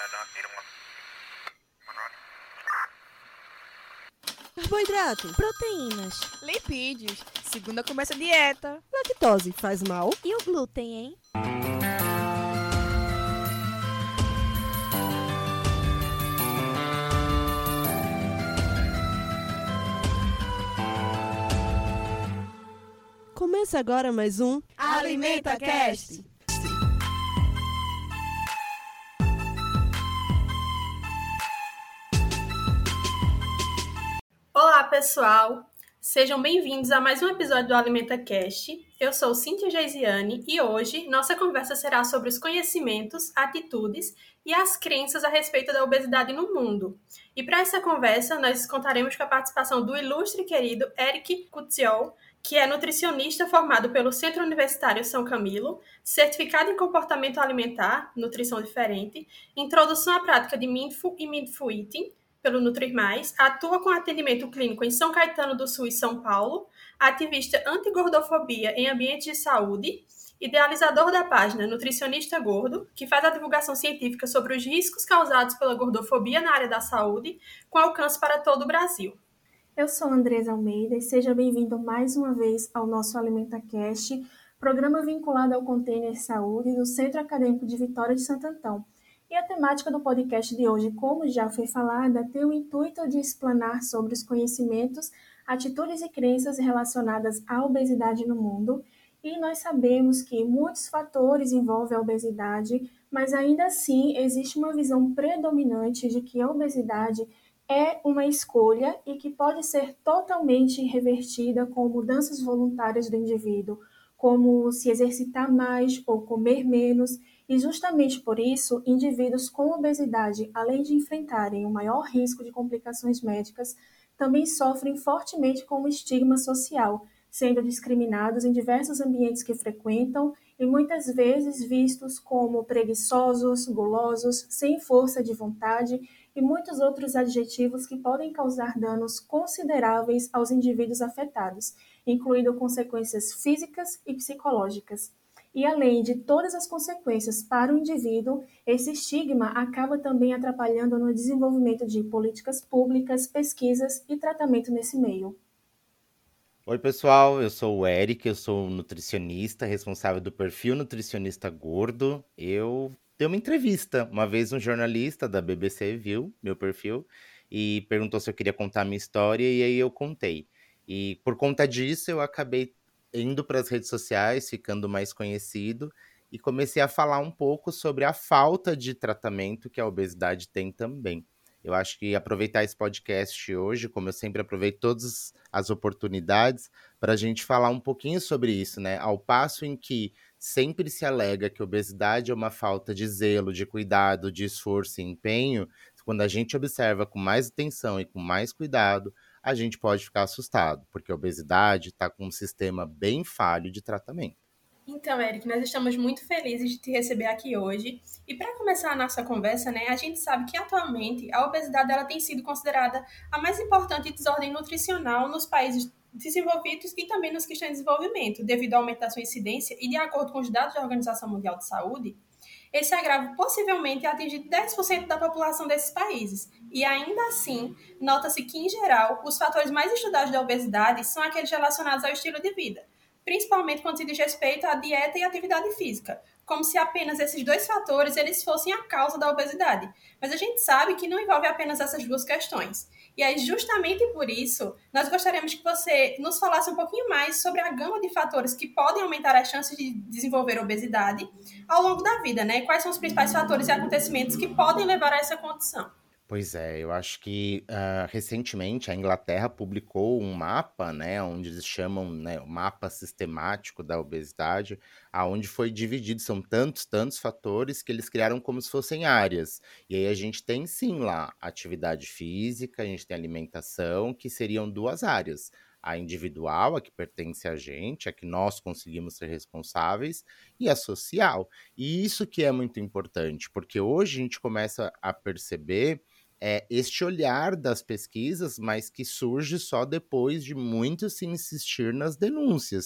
Carboidrato, proteínas, lipídios. Segunda começa a dieta. lactose faz mal? E o glúten, hein? Começa agora mais um Alimenta Cast. Olá, pessoal! Sejam bem-vindos a mais um episódio do Alimenta Cast. Eu sou Cíntia Geisiane e hoje nossa conversa será sobre os conhecimentos, atitudes e as crenças a respeito da obesidade no mundo. E para essa conversa, nós contaremos com a participação do ilustre e querido Eric Cutziol, que é nutricionista formado pelo Centro Universitário São Camilo, certificado em comportamento alimentar, nutrição diferente, introdução à prática de Mindful e Mindful Eating, pelo Nutrir Mais, atua com atendimento clínico em São Caetano do Sul e São Paulo, ativista anti-gordofobia em ambientes de saúde, idealizador da página Nutricionista Gordo, que faz a divulgação científica sobre os riscos causados pela gordofobia na área da saúde, com alcance para todo o Brasil. Eu sou Andresa Almeida e seja bem-vindo mais uma vez ao nosso AlimentaCast, programa vinculado ao Container Saúde do Centro Acadêmico de Vitória de Santo Antão. E a temática do podcast de hoje, como já foi falada, tem o intuito de explanar sobre os conhecimentos, atitudes e crenças relacionadas à obesidade no mundo. E nós sabemos que muitos fatores envolvem a obesidade, mas ainda assim existe uma visão predominante de que a obesidade é uma escolha e que pode ser totalmente revertida com mudanças voluntárias do indivíduo, como se exercitar mais ou comer menos. E justamente por isso, indivíduos com obesidade, além de enfrentarem o maior risco de complicações médicas, também sofrem fortemente com o estigma social, sendo discriminados em diversos ambientes que frequentam e muitas vezes vistos como preguiçosos, gulosos, sem força de vontade e muitos outros adjetivos que podem causar danos consideráveis aos indivíduos afetados, incluindo consequências físicas e psicológicas. E além de todas as consequências para o indivíduo, esse estigma acaba também atrapalhando no desenvolvimento de políticas públicas, pesquisas e tratamento nesse meio. Oi, pessoal, eu sou o Eric, eu sou nutricionista, responsável do perfil Nutricionista Gordo. Eu dei uma entrevista, uma vez um jornalista da BBC viu meu perfil e perguntou se eu queria contar minha história e aí eu contei. E por conta disso eu acabei indo para as redes sociais, ficando mais conhecido e comecei a falar um pouco sobre a falta de tratamento que a obesidade tem também. Eu acho que aproveitar esse podcast hoje, como eu sempre aproveito todas as oportunidades, para a gente falar um pouquinho sobre isso, né? Ao passo em que sempre se alega que obesidade é uma falta de zelo, de cuidado, de esforço e empenho, quando a gente observa com mais atenção e com mais cuidado, a gente pode ficar assustado, porque a obesidade está com um sistema bem falho de tratamento. Então, Eric, nós estamos muito felizes de te receber aqui hoje. E para começar a nossa conversa, né, a gente sabe que atualmente a obesidade ela tem sido considerada a mais importante desordem nutricional nos países desenvolvidos e também nos que estão em desenvolvimento, devido ao aumento da sua incidência e de acordo com os dados da Organização Mundial de Saúde, esse agravo possivelmente atinge 10% da população desses países. E ainda assim, nota-se que, em geral, os fatores mais estudados da obesidade são aqueles relacionados ao estilo de vida, principalmente quando se diz respeito à dieta e atividade física, como se apenas esses dois fatores eles fossem a causa da obesidade. Mas a gente sabe que não envolve apenas essas duas questões. E aí, justamente por isso, nós gostaríamos que você nos falasse um pouquinho mais sobre a gama de fatores que podem aumentar as chances de desenvolver obesidade ao longo da vida, né? Quais são os principais fatores e acontecimentos que podem levar a essa condição? Pois é, eu acho que recentemente a Inglaterra publicou um mapa, né, onde eles chamam, né, o mapa sistemático da obesidade, aonde foi dividido, são tantos fatores que eles criaram como se fossem áreas. E aí a gente tem sim lá atividade física, a gente tem alimentação, que seriam duas áreas. A individual, a que pertence a gente, a que nós conseguimos ser responsáveis, e a social. E isso que é muito importante, porque hoje a gente começa a perceber este olhar das pesquisas, mas que surge só depois de muito se insistir nas denúncias.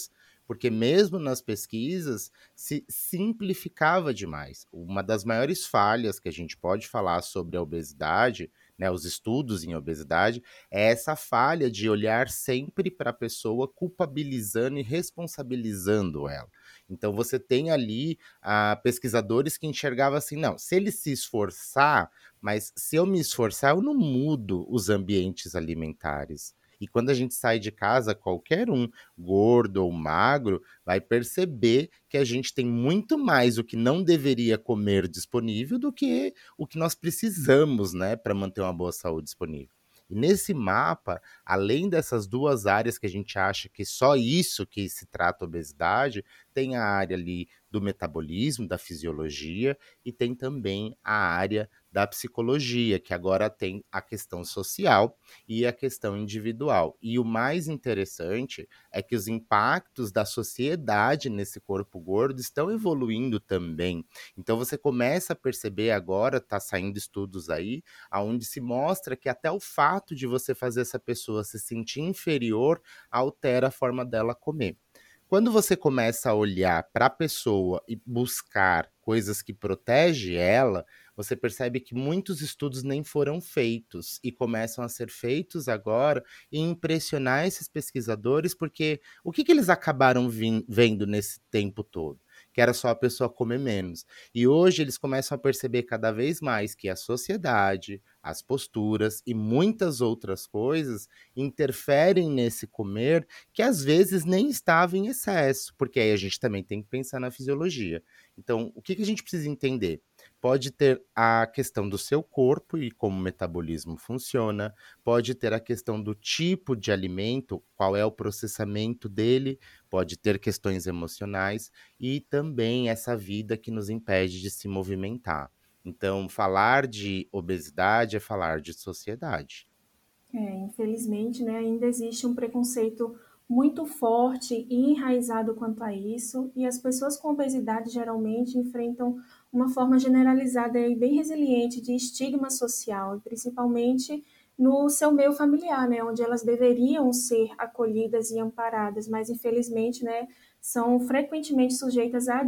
porque mesmo nas pesquisas se simplificava demais. Uma das maiores falhas que a gente pode falar sobre a obesidade, né, os estudos em obesidade, é essa falha de olhar sempre para a pessoa culpabilizando e responsabilizando ela. Então você tem ali pesquisadores que enxergavam assim, não, se ele se esforçar, mas se eu me esforçar, eu não mudo os ambientes alimentares. E quando a gente sai de casa, qualquer um, gordo ou magro, vai perceber que a gente tem muito mais o que não deveria comer disponível do que o que nós precisamos, né, para manter uma boa saúde disponível. E nesse mapa, além dessas duas áreas que a gente acha que só isso que se trata a obesidade, tem a área ali do metabolismo, da fisiologia, e tem também a área da psicologia, que agora tem a questão social e a questão individual. E o mais interessante é que os impactos da sociedade nesse corpo gordo estão evoluindo também. Então você começa a perceber agora, está saindo estudos aí, onde se mostra que até o fato de você fazer essa pessoa se sentir inferior altera a forma dela comer. Quando você começa a olhar para a pessoa e buscar coisas que protegem ela, você percebe que muitos estudos nem foram feitos e começam a ser feitos agora e impressionar esses pesquisadores, porque o que eles acabaram vendo nesse tempo todo? Que era só a pessoa comer menos. E hoje eles começam a perceber cada vez mais que a sociedade, as posturas e muitas outras coisas interferem nesse comer que às vezes nem estava em excesso, porque aí a gente também tem que pensar na fisiologia. Então, o que a gente precisa entender? Pode ter a questão do seu corpo e como o metabolismo funciona, pode ter a questão do tipo de alimento, qual é o processamento dele, pode ter questões emocionais e também essa vida que nos impede de se movimentar. Então, falar de obesidade é falar de sociedade. Infelizmente, né, ainda existe um preconceito muito forte e enraizado quanto a isso, e as pessoas com obesidade geralmente enfrentam uma forma generalizada e bem resiliente de estigma social, principalmente no seu meio familiar, né, onde elas deveriam ser acolhidas e amparadas, mas infelizmente, né, são frequentemente sujeitas à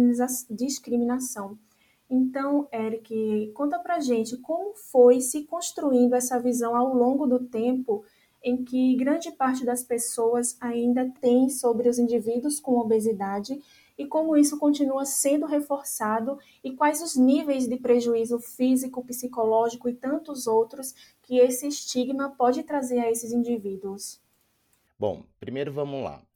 discriminação. Então, Eric, conta pra gente como foi se construindo essa visão ao longo do tempo em que grande parte das pessoas ainda tem sobre os indivíduos com obesidade e como isso continua sendo reforçado e quais os níveis de prejuízo físico, psicológico e tantos outros que esse estigma pode trazer a esses indivíduos. Bom, primeiro vamos lá.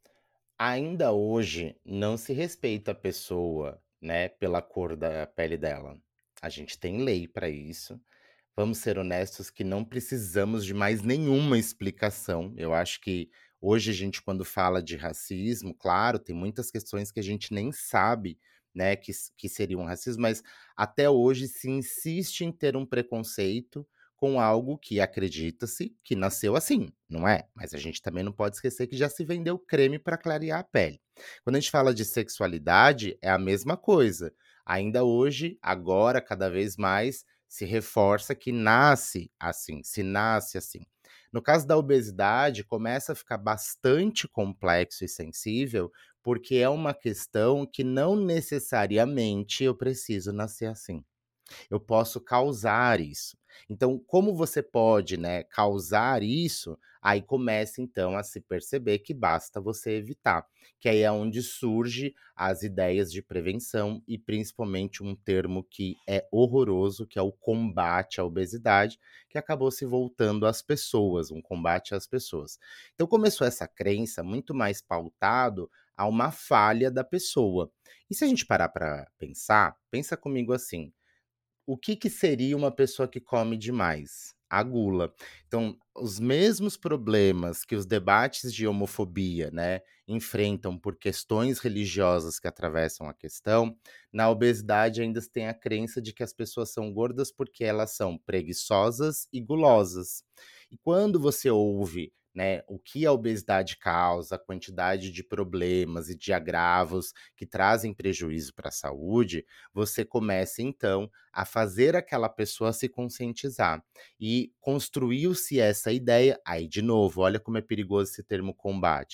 Ainda hoje não se respeita a pessoa, né, pela cor da pele dela. A gente tem lei para isso. Vamos ser honestos que não precisamos de mais nenhuma explicação. Eu acho que hoje a gente, quando fala de racismo, claro, tem muitas questões que a gente nem sabe, né, que seriam racismo, mas até hoje se insiste em ter um preconceito com algo que acredita-se que nasceu assim, não é? Mas a gente também não pode esquecer que já se vendeu creme para clarear a pele. Quando a gente fala de sexualidade, é a mesma coisa. Ainda hoje, agora, cada vez mais, se reforça que nasce assim, se nasce assim. No caso da obesidade, começa a ficar bastante complexo e sensível, porque é uma questão que não necessariamente eu preciso nascer assim. Eu posso causar isso. Então, como você pode, né, causar isso, aí começa então a se perceber que basta você evitar, que aí é onde surge as ideias de prevenção e principalmente um termo que é horroroso, que é o combate à obesidade, que acabou se voltando às pessoas, um combate às pessoas. Então começou essa crença muito mais pautado a uma falha da pessoa. E se a gente parar para pensar, pensa comigo assim, o que seria uma pessoa que come demais? A gula. Então, os mesmos problemas que os debates de homofobia, né, enfrentam por questões religiosas que atravessam a questão, na obesidade ainda se tem a crença de que as pessoas são gordas porque elas são preguiçosas e gulosas. E quando você ouve, né, o que a obesidade causa, a quantidade de problemas e de agravos que trazem prejuízo para a saúde, você começa então a fazer aquela pessoa se conscientizar. E construiu-se essa ideia, aí de novo, olha como é perigoso esse termo combate.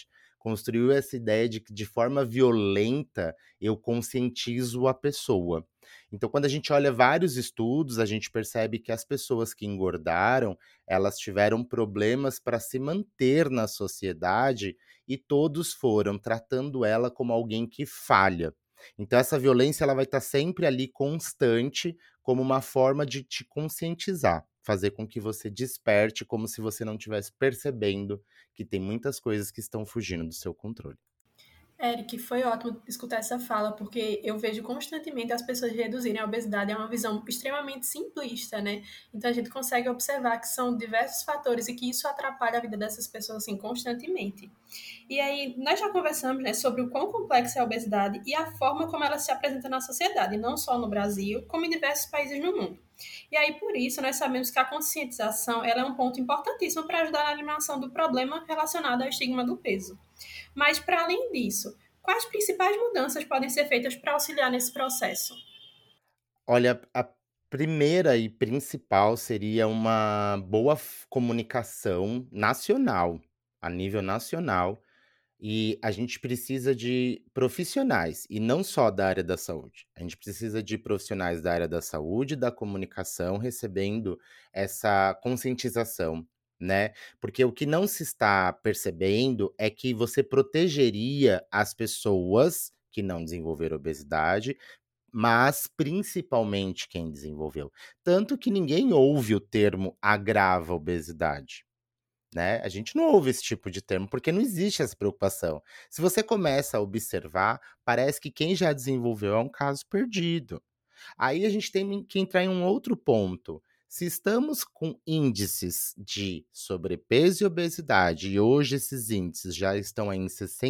construiu essa ideia de que de forma violenta eu conscientizo a pessoa. Então, quando a gente olha vários estudos, a gente percebe que as pessoas que engordaram, elas tiveram problemas para se manter na sociedade e todos foram tratando ela como alguém que falha. Então, essa violência ela vai estar sempre ali constante, como uma forma de te conscientizar, fazer com que você desperte como se você não estivesse percebendo que tem muitas coisas que estão fugindo do seu controle. Eric, foi ótimo escutar essa fala, porque eu vejo constantemente as pessoas reduzirem a obesidade. É uma visão extremamente simplista, né? Então a gente consegue observar que são diversos fatores e que isso atrapalha a vida dessas pessoas assim constantemente. E aí, nós já conversamos, né, sobre o quão complexa é a obesidade e a forma como ela se apresenta na sociedade, não só no Brasil, como em diversos países no mundo. E aí, por isso, nós sabemos que a conscientização ela é um ponto importantíssimo para ajudar na eliminação do problema relacionado ao estigma do peso. Mas, para além disso, quais principais mudanças podem ser feitas para auxiliar nesse processo? Olha, a primeira e principal seria uma boa comunicação nacional, a nível nacional, e a gente precisa de profissionais, e não só da área da saúde. A gente precisa de profissionais da área da saúde, da comunicação, recebendo essa conscientização, né? Porque o que não se está percebendo é que você protegeria as pessoas que não desenvolveram obesidade, mas principalmente quem desenvolveu. Tanto que ninguém ouve o termo agrava obesidade, né? A gente não ouve esse tipo de termo, porque não existe essa preocupação. Se você começa a observar, parece que quem já desenvolveu é um caso perdido. Aí a gente tem que entrar em um outro ponto. Se estamos com índices de sobrepeso e obesidade, e hoje esses índices já estão aí em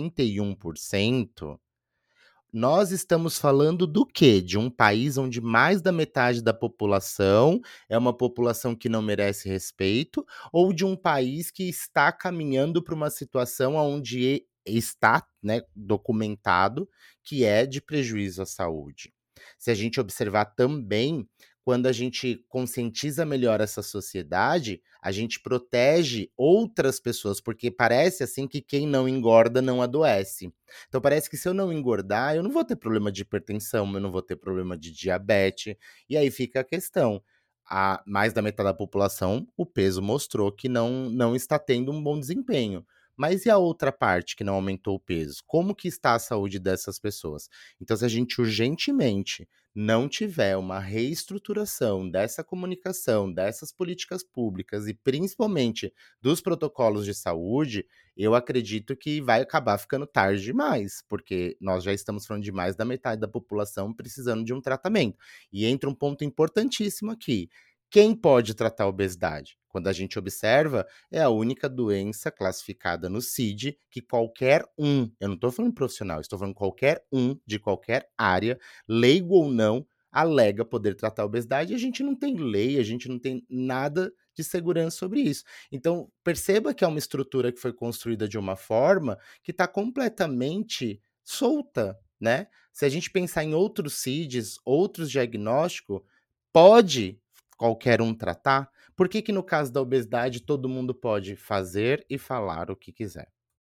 61%, nós estamos falando do quê? De um país onde mais da metade da população é uma população que não merece respeito, ou de um país que está caminhando para uma situação onde está, né, documentado que é de prejuízo à saúde. Se a gente observar também, quando a gente conscientiza melhor essa sociedade, a gente protege outras pessoas, porque parece assim que quem não engorda não adoece. Então parece que se eu não engordar, eu não vou ter problema de hipertensão, eu não vou ter problema de diabetes. E aí fica a questão. A mais da metade da população, o peso mostrou que não está tendo um bom desempenho. Mas e a outra parte que não aumentou o peso? Como que está a saúde dessas pessoas? Então, se a gente urgentemente não tiver uma reestruturação dessa comunicação, dessas políticas públicas e principalmente dos protocolos de saúde, eu acredito que vai acabar ficando tarde demais, porque nós já estamos falando de mais da metade da população precisando de um tratamento. E entra um ponto importantíssimo aqui. Quem pode tratar a obesidade? Quando a gente observa, é a única doença classificada no CID que qualquer um, eu não estou falando profissional, estou falando qualquer um de qualquer área, leigo ou não, alega poder tratar a obesidade e a gente não tem lei, a gente não tem nada de segurança sobre isso. Então, perceba que é uma estrutura que foi construída de uma forma que está completamente solta, né? Se a gente pensar em outros CIDs, outros diagnósticos, pode qualquer um tratar? Por que no caso da obesidade todo mundo pode fazer e falar o que quiser?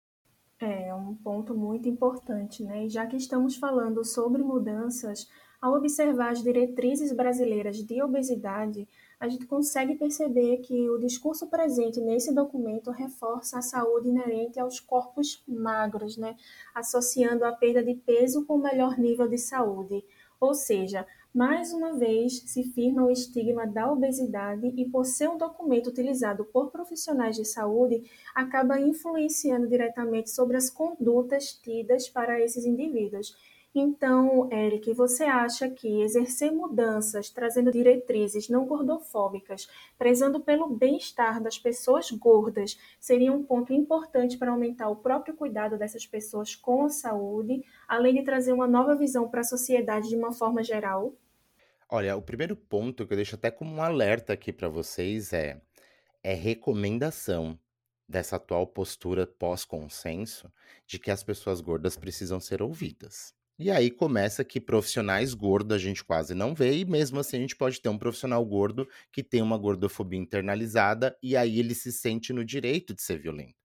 É um ponto muito importante, né? E já que estamos falando sobre mudanças, ao observar as diretrizes brasileiras de obesidade, a gente consegue perceber que o discurso presente nesse documento reforça a saúde inerente aos corpos magros, né? Associando a perda de peso com o melhor nível de saúde. Ou seja, mais uma vez se firma o estigma da obesidade e, por ser um documento utilizado por profissionais de saúde, acaba influenciando diretamente sobre as condutas tidas para esses indivíduos. Então, Eric, você acha que exercer mudanças, trazendo diretrizes não gordofóbicas, prezando pelo bem-estar das pessoas gordas, seria um ponto importante para aumentar o próprio cuidado dessas pessoas com a saúde, além de trazer uma nova visão para a sociedade de uma forma geral? Olha, o primeiro ponto que eu deixo até como um alerta aqui para vocês é recomendação dessa atual postura pós-consenso de que as pessoas gordas precisam ser ouvidas. E aí começa que profissionais gordos a gente quase não vê, e mesmo assim a gente pode ter um profissional gordo que tem uma gordofobia internalizada e aí ele se sente no direito de ser violento.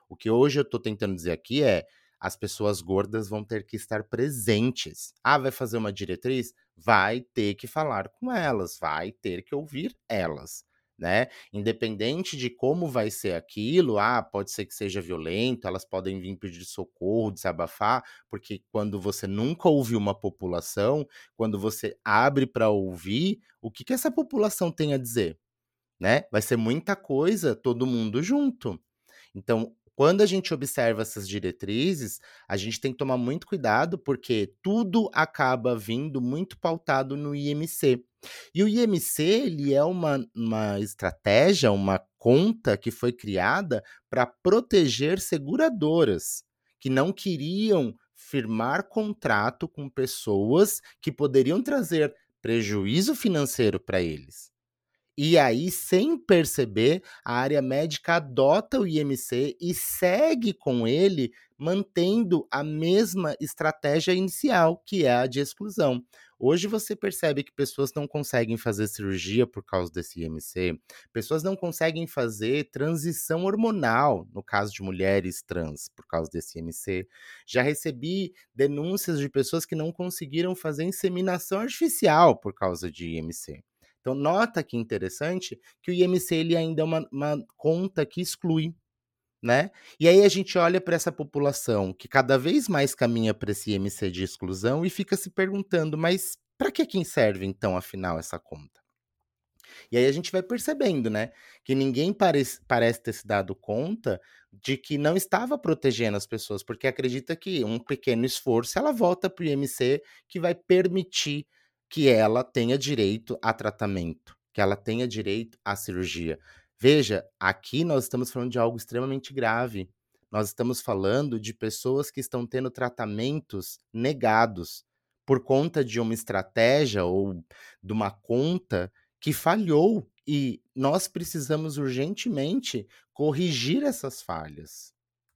O que hoje eu tô tentando dizer aqui é: as pessoas gordas vão ter que estar presentes. Ah, vai fazer uma diretriz? Vai ter que falar com elas, vai ter que ouvir elas, né? Independente de como vai ser aquilo, pode ser que seja violento, elas podem vir pedir socorro, desabafar, porque quando você nunca ouviu uma população, quando você abre para ouvir, o que essa população tem a dizer, né? Vai ser muita coisa, todo mundo junto. Então, quando a gente observa essas diretrizes, a gente tem que tomar muito cuidado, porque tudo acaba vindo muito pautado no IMC. E o IMC, ele é uma estratégia, uma conta que foi criada para proteger seguradoras, que não queriam firmar contrato com pessoas que poderiam trazer prejuízo financeiro para eles. E aí, sem perceber, a área médica adota o IMC e segue com ele, mantendo a mesma estratégia inicial, que é a de exclusão. Hoje você percebe que pessoas não conseguem fazer cirurgia por causa desse IMC, pessoas não conseguem fazer transição hormonal, no caso de mulheres trans, por causa desse IMC. Já recebi denúncias de pessoas que não conseguiram fazer inseminação artificial por causa de IMC. Então, nota que interessante que o IMC ele ainda é uma conta que exclui, né? E aí a gente olha para essa população que cada vez mais caminha para esse IMC de exclusão e fica se perguntando, mas para que serve, então, afinal, essa conta? E aí a gente vai percebendo, né, que ninguém parece ter se dado conta de que não estava protegendo as pessoas, porque acredita que um pequeno esforço, ela volta para o IMC, que vai permitir que ela tenha direito a tratamento, que ela tenha direito à cirurgia. Veja, aqui nós estamos falando de algo extremamente grave. Nós estamos falando de pessoas que estão tendo tratamentos negados por conta de uma estratégia ou de uma conta que falhou, e nós precisamos urgentemente corrigir essas falhas.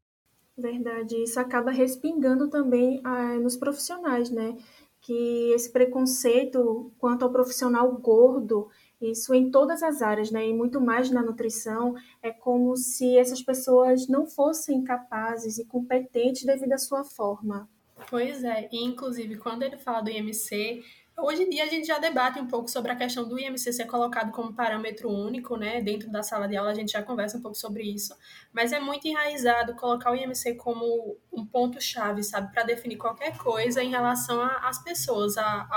Verdade, isso acaba respingando também nos profissionais, né? Que esse preconceito quanto ao profissional gordo, isso em todas as áreas, né? E muito mais na nutrição, é como se essas pessoas não fossem capazes e competentes devido à sua forma. Pois é, e inclusive quando ele fala do IMC, hoje em dia a gente já debate um pouco sobre a questão do IMC ser colocado como parâmetro único, né? Dentro da sala de aula a gente já conversa um pouco sobre isso, mas é muito enraizado colocar o IMC como um ponto-chave, sabe? Para definir qualquer coisa em relação às pessoas,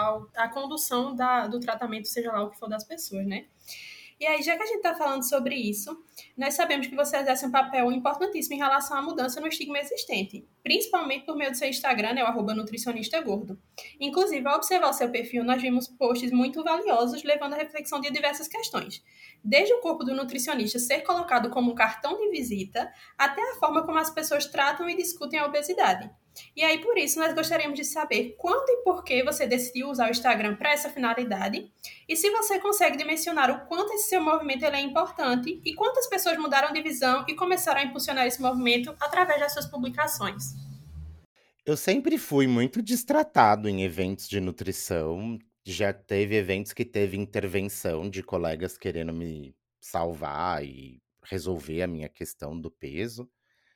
à condução do tratamento, seja lá o que for das pessoas, né? E aí, já que a gente está falando sobre isso, nós sabemos que você exerce um papel importantíssimo em relação à mudança no estigma existente, principalmente por meio do seu Instagram, né, o @nutricionistagordo. Inclusive, ao observar o seu perfil, nós vimos posts muito valiosos, levando à reflexão de diversas questões. Desde o corpo do nutricionista ser colocado como um cartão de visita, até a forma como as pessoas tratam e discutem a obesidade. E aí, por isso, nós gostaríamos de saber quando e por que você decidiu usar o Instagram para essa finalidade, e se você consegue dimensionar o quanto esse seu movimento ele é importante e quantas pessoas mudaram de visão e começaram a impulsionar esse movimento através das suas publicações. Eu sempre fui muito destratado em eventos de nutrição. Já teve eventos que teve intervenção de colegas querendo me salvar e resolver a minha questão do peso.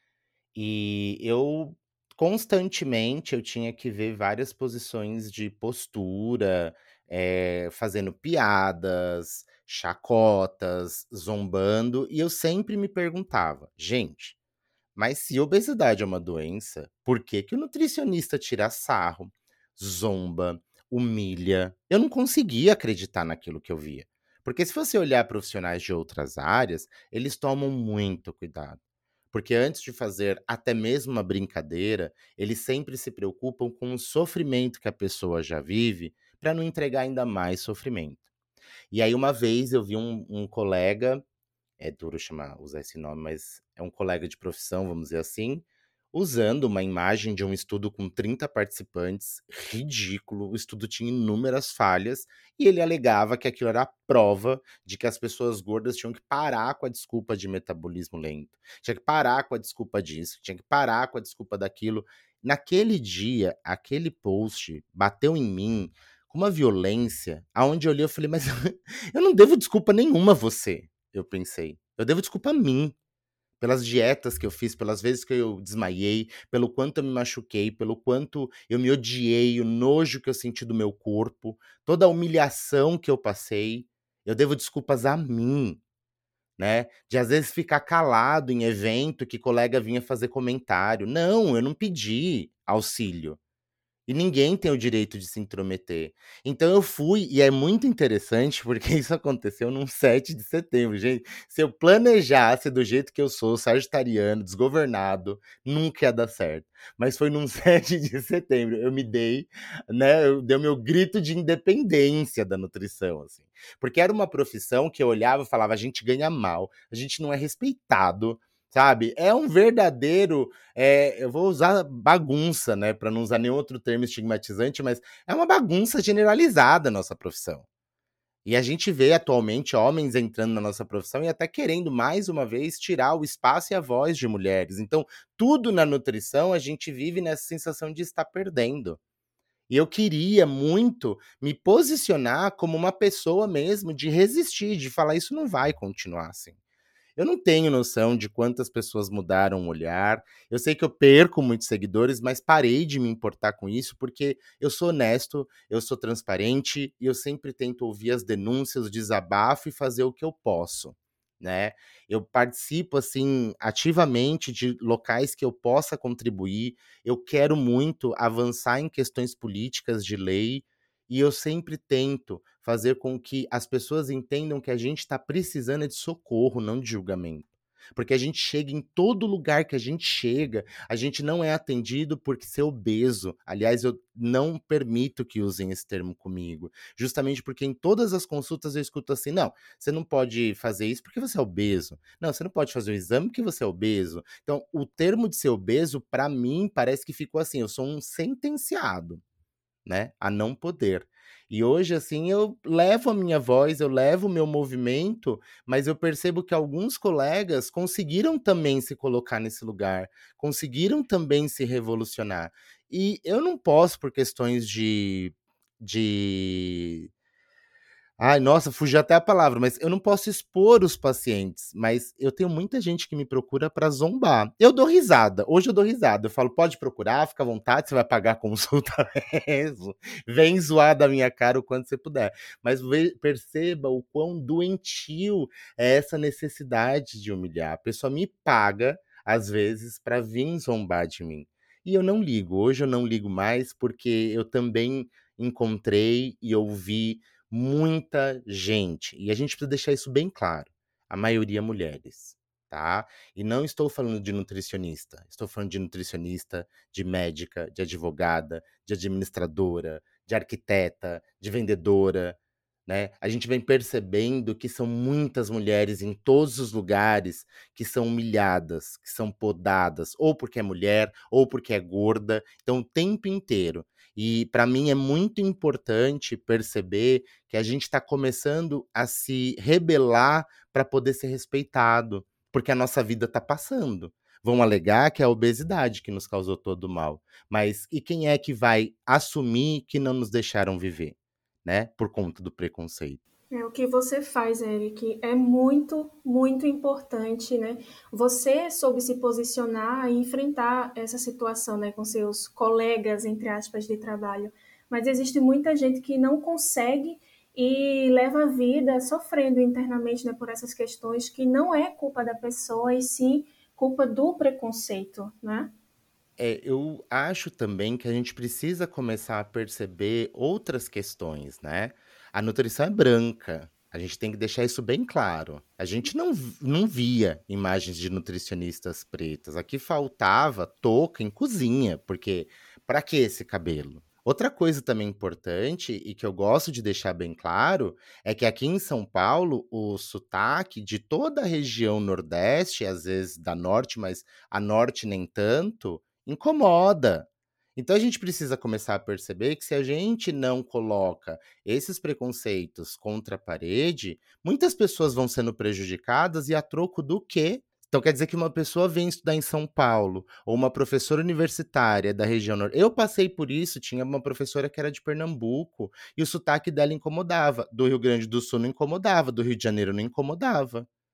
E eu constantemente eu tinha que ver várias posições de postura, fazendo piadas, chacotas, zombando, e eu sempre me perguntava: "Gente, mas se obesidade é uma doença, por que que o nutricionista tira sarro, zomba, humilha?" Eu não conseguia acreditar naquilo que eu via. Porque se você olhar profissionais de outras áreas, eles tomam muito cuidado. Porque antes de fazer até mesmo uma brincadeira, eles sempre se preocupam com o sofrimento que a pessoa já vive, para não entregar ainda mais sofrimento. E aí uma vez eu vi um colega, é duro usar esse nome, mas é um colega de profissão, vamos dizer assim, usando uma imagem de um estudo com 30 participantes, ridículo. O estudo tinha inúmeras falhas e ele alegava que aquilo era a prova de que as pessoas gordas tinham que parar com a desculpa de metabolismo lento, tinha que parar com a desculpa disso, tinha que parar com a desculpa daquilo. Naquele dia, aquele post bateu em mim com uma violência, aonde eu olhei e falei, mas eu não devo desculpa nenhuma a você, eu pensei. Eu devo desculpa a mim. pelas dietas que eu fiz, pelas vezes que eu desmaiei, pelo quanto eu me machuquei, pelo quanto eu me odiei, o nojo que eu senti do meu corpo, toda a humilhação que eu passei. Eu devo desculpas a mim, né? De às vezes ficar calado em evento que colega vinha fazer comentário. Não, eu não pedi auxílio. E ninguém tem o direito de se intrometer. Então eu fui, e é muito interessante, porque isso aconteceu num 7 de setembro, gente. Se eu planejasse do jeito que eu sou, sagitariano, desgovernado, nunca ia dar certo. Mas foi num 7 de setembro, eu me dei, né, eu dei o meu grito de independência da nutrição, assim. Porque era uma profissão que eu olhava e falava, a gente ganha mal, a gente não é respeitado, sabe? É um verdadeiro, eu vou usar bagunça, né, para não usar nenhum outro termo estigmatizante, mas é uma bagunça generalizada a nossa profissão. E a gente vê atualmente homens entrando na nossa profissão e até querendo mais uma vez tirar o espaço e a voz de mulheres. Então, tudo na nutrição a gente vive nessa sensação de estar perdendo. E eu queria muito me posicionar como uma pessoa mesmo de resistir, de falar isso não vai continuar assim. Eu não tenho noção de quantas pessoas mudaram o olhar. Eu sei que eu perco muitos seguidores, mas parei de me importar com isso porque eu sou honesto, eu sou transparente e eu sempre tento ouvir as denúncias, o desabafo e fazer o que eu posso, né? Eu participo assim ativamente de locais que eu possa contribuir. Eu quero muito avançar em questões políticas de lei e eu sempre tento fazer com que as pessoas entendam que a gente está precisando é de socorro, não de julgamento. Porque a gente chega em todo lugar que a gente não é atendido por ser obeso. Aliás, eu não permito que usem esse termo comigo. Justamente porque em todas as consultas eu escuto assim, não, você não pode fazer isso porque você é obeso. Não, você não pode fazer o exame porque você é obeso. Então, o termo de ser obeso, para mim, parece que ficou assim, eu sou um sentenciado, né, a não poder. E hoje, assim, eu levo a minha voz, eu levo o meu movimento, mas eu percebo que alguns colegas conseguiram também se colocar nesse lugar, conseguiram também se revolucionar. E eu não posso, por questões de ai, nossa, fugiu até a palavra, mas eu não posso expor os pacientes, mas eu tenho muita gente que me procura para zombar. Eu dou risada, hoje eu dou risada, eu falo, pode procurar, fica à vontade, você vai pagar a consulta mesmo, vem zoar da minha cara o quanto você puder. Mas perceba o quão doentio é essa necessidade de humilhar. A pessoa me paga, às vezes, para vir zombar de mim. E eu não ligo, hoje eu não ligo mais, porque eu também encontrei e ouvi muita gente, e a gente precisa deixar isso bem claro, a maioria mulheres, tá? E não estou falando de nutricionista, estou falando de nutricionista, de médica, de advogada, de administradora, de arquiteta, de vendedora, né? A gente vem percebendo que são muitas mulheres em todos os lugares que são humilhadas, que são podadas, ou porque é mulher, ou porque é gorda, então o tempo inteiro. E para mim é muito importante perceber que a gente está começando a se rebelar para poder ser respeitado, porque a nossa vida está passando. Vão alegar que é a obesidade que nos causou todo o mal, mas e quem é que vai assumir que não nos deixaram viver, né? Por conta do preconceito. O que você faz, Eric, é muito, muito importante, né? Você soube se posicionar e enfrentar essa situação, né, com seus colegas, entre aspas, de trabalho. Mas existe muita gente que não consegue e leva a vida sofrendo internamente, né, por essas questões que não é culpa da pessoa, e sim culpa do preconceito, né? Eu acho também que a gente precisa começar a perceber outras questões, né? A nutrição é branca. A gente tem que deixar isso bem claro. A gente não via imagens de nutricionistas pretas. Aqui faltava touca em cozinha, porque para que esse cabelo? Outra coisa também importante e que eu gosto de deixar bem claro é que aqui em São Paulo o sotaque de toda a região Nordeste, às vezes da Norte, mas a Norte nem tanto, incomoda. Então a gente precisa começar a perceber que se a gente não coloca esses preconceitos contra a parede, muitas pessoas vão sendo prejudicadas e a troco do quê? Então quer dizer que uma pessoa vem estudar em São Paulo, ou uma professora universitária da região norte. Eu passei por isso, tinha uma professora que era de Pernambuco, e o sotaque dela incomodava. Do Rio Grande do Sul não incomodava, do Rio de Janeiro não incomodava.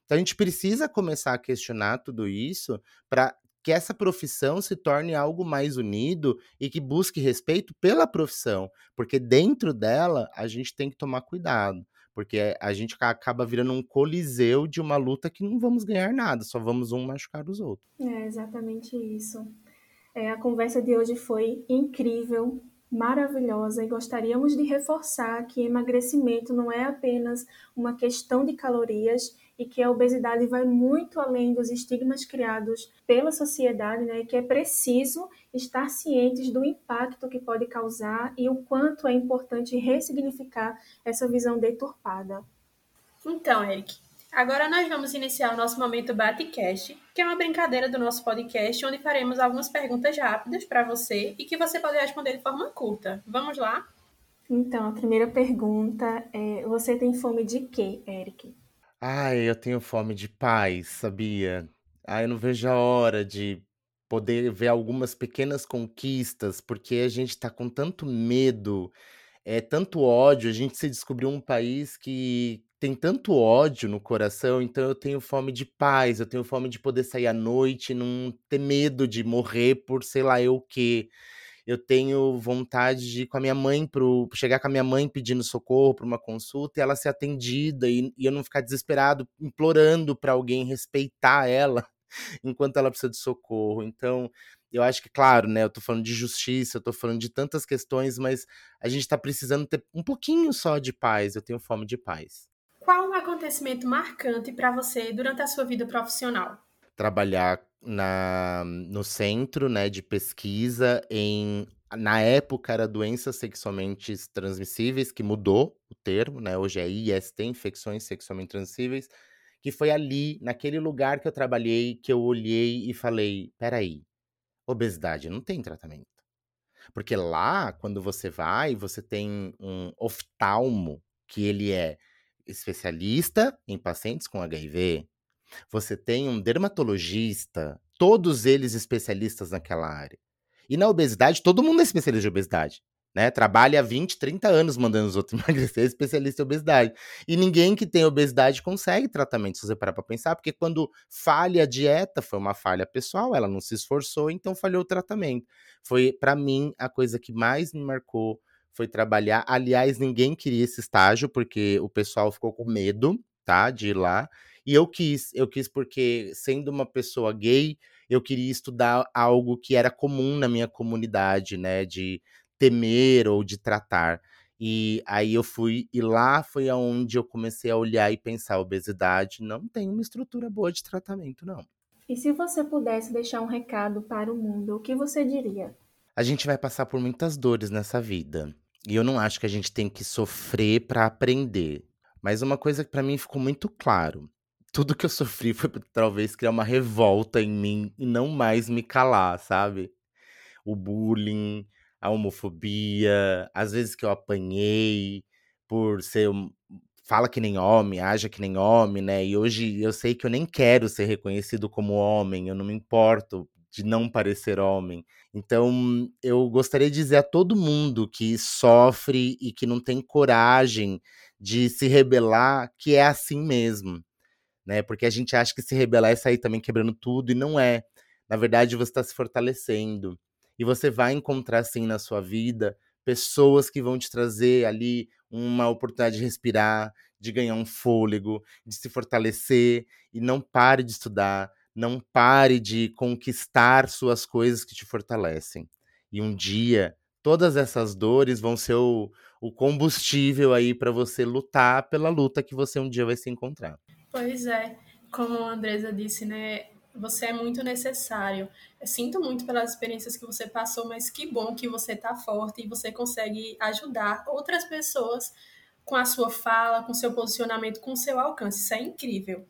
Então a gente precisa começar a questionar tudo isso para que essa profissão se torne algo mais unido e que busque respeito pela profissão, porque dentro dela a gente tem que tomar cuidado, porque a gente acaba virando um coliseu de uma luta que não vamos ganhar nada, só vamos um machucar os outros. É exatamente isso. A conversa de hoje foi incrível, maravilhosa, e gostaríamos de reforçar que emagrecimento não é apenas uma questão de calorias e que a obesidade vai muito além dos estigmas criados pela sociedade, né? E que é preciso estar cientes do impacto que pode causar e o quanto é importante ressignificar essa visão deturpada. Então, Eric, agora nós vamos iniciar o nosso momento Batecast, que é uma brincadeira do nosso podcast, onde faremos algumas perguntas rápidas para você e que você pode responder de forma curta. Vamos lá? Então, a primeira pergunta é: você tem fome de quê, Eric? Ai, eu tenho fome de paz, sabia? Ai, eu não vejo a hora de poder ver algumas pequenas conquistas, porque a gente tá com tanto medo, tanto ódio. A gente se descobriu um país que tem tanto ódio no coração, então eu tenho fome de paz, eu tenho fome de poder sair à noite e não ter medo de morrer por sei lá eu o quê. Eu tenho vontade de ir com a minha mãe chegar com a minha mãe pedindo socorro para uma consulta e ela ser atendida e eu não ficar desesperado implorando para alguém respeitar ela enquanto ela precisa de socorro. Então, eu acho que, claro, né, eu tô falando de justiça, eu tô falando de tantas questões, mas a gente tá precisando ter um pouquinho só de paz. Eu tenho fome de paz. Qual um acontecimento marcante para você durante a sua vida profissional? Trabalhar no centro, né, de pesquisa na época era doenças sexualmente transmissíveis, que mudou o termo, né, hoje é IST, infecções sexualmente transmissíveis, que foi ali, naquele lugar que eu trabalhei, que eu olhei e falei, peraí, obesidade não tem tratamento. Porque lá, quando você tem um oftalmo, que ele é especialista em pacientes com HIV, você tem um dermatologista, todos eles especialistas naquela área. E na obesidade, todo mundo é especialista de obesidade, né? Trabalha há 20, 30 anos mandando os outros emagrecer, é especialista em obesidade. E ninguém que tem obesidade consegue tratamento, se você parar pra pensar, porque quando falha a dieta, foi uma falha pessoal, ela não se esforçou, então falhou o tratamento. Foi, pra mim, a coisa que mais me marcou foi trabalhar. Aliás, ninguém queria esse estágio, porque o pessoal ficou com medo, tá, de ir lá. E eu quis porque, sendo uma pessoa gay, eu queria estudar algo que era comum na minha comunidade, né, de temer ou de tratar. E aí eu fui, e lá foi aonde eu comecei a olhar e pensar, obesidade não tem uma estrutura boa de tratamento, não. E se você pudesse deixar um recado para o mundo, o que você diria? A gente vai passar por muitas dores nessa vida. E eu não acho que a gente tem que sofrer para aprender. Mas uma coisa que para mim ficou muito claro, tudo que eu sofri foi pra talvez criar uma revolta em mim e não mais me calar, sabe? O bullying, a homofobia, às vezes que eu apanhei por ser fala que nem homem, haja que nem homem, né? E hoje eu sei que eu nem quero ser reconhecido como homem, eu não me importo de não parecer homem. Então, eu gostaria de dizer a todo mundo que sofre e que não tem coragem de se rebelar que é assim mesmo, né? Porque a gente acha que se rebelar é sair também quebrando tudo, e não é. Na verdade, você está se fortalecendo. E você vai encontrar, sim, na sua vida, pessoas que vão te trazer ali uma oportunidade de respirar, de ganhar um fôlego, de se fortalecer. E não pare de estudar, não pare de conquistar suas coisas que te fortalecem. E um dia, todas essas dores vão ser o combustível aí para você lutar pela luta que você um dia vai se encontrar. Pois é, como a Andresa disse, né? Você é muito necessário. Eu sinto muito pelas experiências que você passou, mas que bom que você tá forte e você consegue ajudar outras pessoas com a sua fala, com seu posicionamento, com seu alcance. Isso é incrível.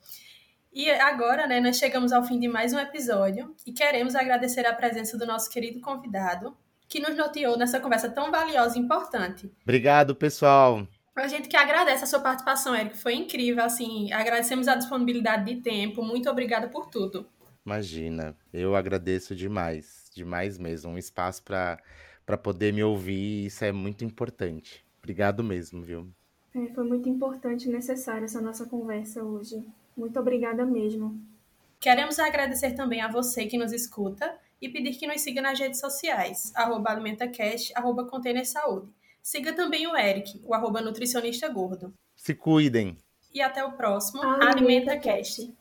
E agora, né, nós chegamos ao fim de mais um episódio e queremos agradecer a presença do nosso querido convidado, que nos norteou nessa conversa tão valiosa e importante. Obrigado, pessoal. A gente que agradece a sua participação, Eric. Foi incrível, assim. Agradecemos a disponibilidade de tempo. Muito obrigada por tudo. Imagina, eu agradeço demais, demais mesmo. Um espaço para poder me ouvir, isso é muito importante. Obrigado mesmo, viu? Foi muito importante e necessária essa nossa conversa hoje. Muito obrigada mesmo. Queremos agradecer também a você que nos escuta e pedir que nos siga nas redes sociais, @AlimentaCast, @ContainerSaúde. Siga também o Eric, o @nutricionista gordo. Se cuidem. E até o próximo AlimentaCast.